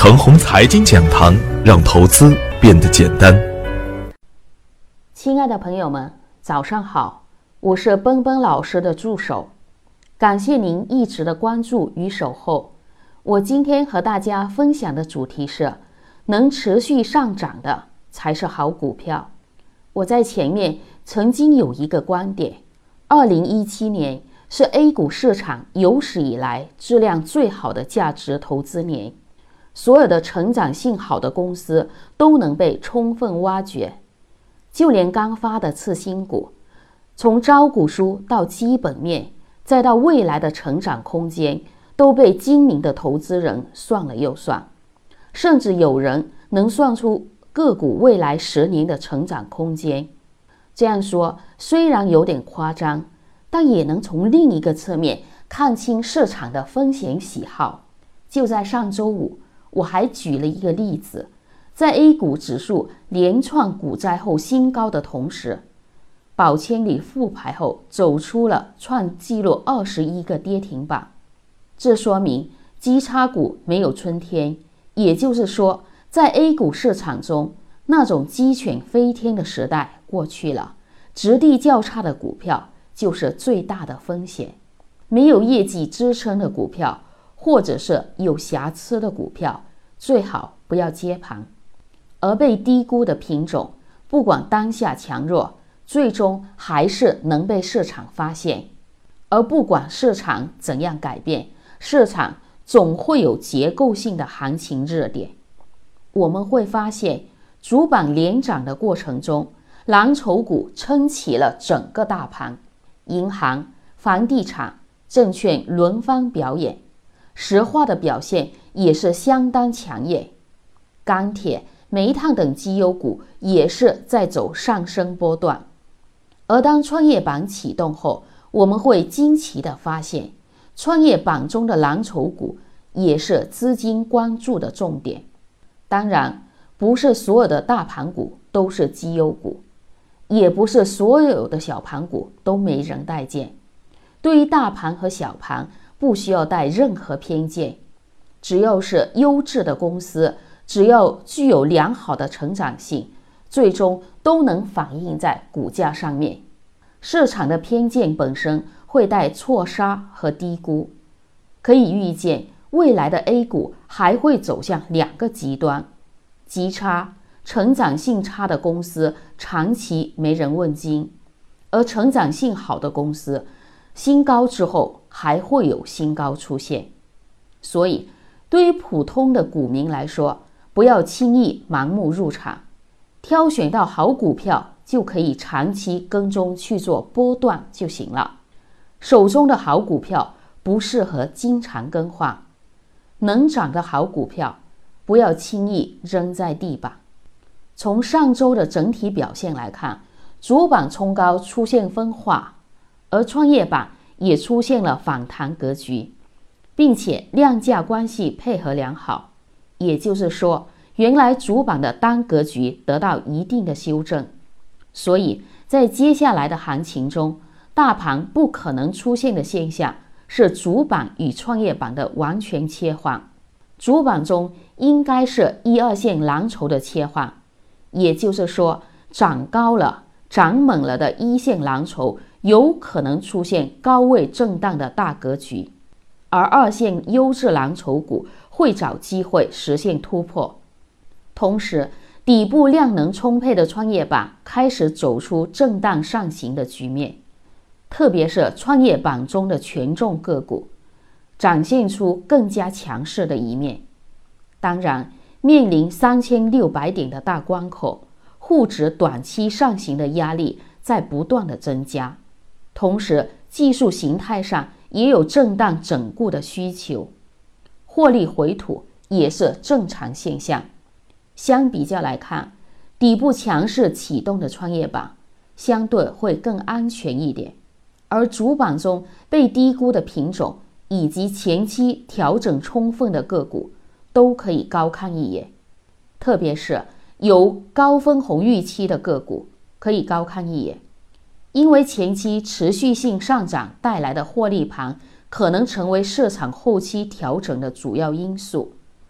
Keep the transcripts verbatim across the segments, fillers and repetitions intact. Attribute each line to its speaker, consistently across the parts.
Speaker 1: 程红财经讲堂，让投资变得简单。
Speaker 2: 亲爱的朋友们，早上好，我是奔奔老师的助手，感谢您一直的关注与守候。我今天和大家分享的主题是，能持续上涨的才是好股票。我在前面曾经有一个观点，二零一七年是 A 股市场有史以来质量最好的价值投资年，所有的成长性好的公司都能被充分挖掘，就连刚发的次新股，从招股书到基本面，再到未来的成长空间，都被精明的投资人算了又算，甚至有人能算出个股未来十年的成长空间。这样说虽然有点夸张，但也能从另一个侧面看清市场的风险喜好。就在上周五，我还举了一个例子，在 A 股指数连创股灾后新高的同时，宝千里复牌后走出了创纪录二十一个跌停板。这说明基差股没有春天，也就是说，在 A 股市场中，那种鸡犬飞天的时代过去了，质地较差的股票就是最大的风险。没有业绩支撑的股票，或者是有瑕疵的股票，最好不要接盘。而被低估的品种，不管当下强弱，最终还是能被市场发现。而不管市场怎样改变，市场总会有结构性的行情热点。我们会发现，主板连涨的过程中，蓝筹股撑起了整个大盘，银行、房地产、证券轮番表演，石化的表现也是相当强烈，钢铁、煤炭等绩优股也是在走上升波段。而当创业板启动后，我们会惊奇地发现，创业板中的蓝筹股也是资金关注的重点。当然，不是所有的大盘股都是绩优股，也不是所有的小盘股都没人待见。对于大盘和小盘，不需要带任何偏见，只要是优质的公司，只要具有良好的成长性，最终都能反映在股价上面。市场的偏见本身会带错杀和低估，可以预见未来的 A 股还会走向两个极端，极差、成长性差的公司长期没人问津，而成长性好的公司新高之后还会有新高出现。所以对于普通的股民来说，不要轻易盲目入场，挑选到好股票就可以长期跟踪去做波段就行了。手中的好股票不适合经常更换，能涨的好股票不要轻易扔在地板。从上周的整体表现来看，主板冲高出现分化，而创业板也出现了反弹格局，并且量价关系配合良好，也就是说，原来主板的单格局得到一定的修正。所以在接下来的行情中，大盘不可能出现的现象是主板与创业板的完全切换，主板中应该是一二线蓝筹的切换，也就是说，涨高了、涨猛了的一线蓝筹有可能出现高位震荡的大格局，而二线优质蓝筹股会找机会实现突破。同时，底部量能充沛的创业板开始走出震荡上行的局面，特别是创业板中的权重个股展现出更加强势的一面。当然，面临三千六百点的大关口，沪指短期上行的压力在不断的增加，同时技术形态上也有震荡整固的需求，获利回吐也是正常现象。相比较来看，底部强势启动的创业板相对会更安全一点，而主板中被低估的品种以及前期调整充分的个股都可以高看一眼，特别是有高分红预期的个股可以高看一眼，因为前期持续性上涨带来的获利盘可能成为市场后期调整的主要因素。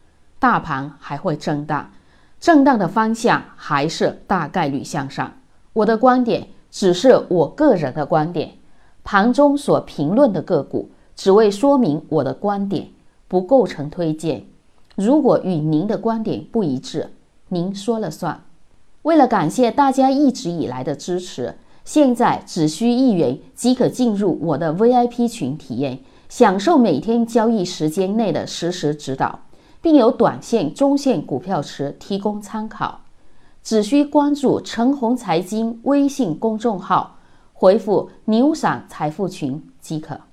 Speaker 2: 大盘还会震荡，震荡的方向还是大概率向上。我的观点只是我个人的观点，盘中所评论的个股只为说明我的观点，不构成推荐。如果与您的观点不一致，您说了算。为了感谢大家一直以来的支持，现在只需一元即可进入我的 V I P 群体验，享受每天交易时间内的实时指导，并有短线、中线股票池提供参考。只需关注陈红财经微信公众号，回复牛散财富群即可。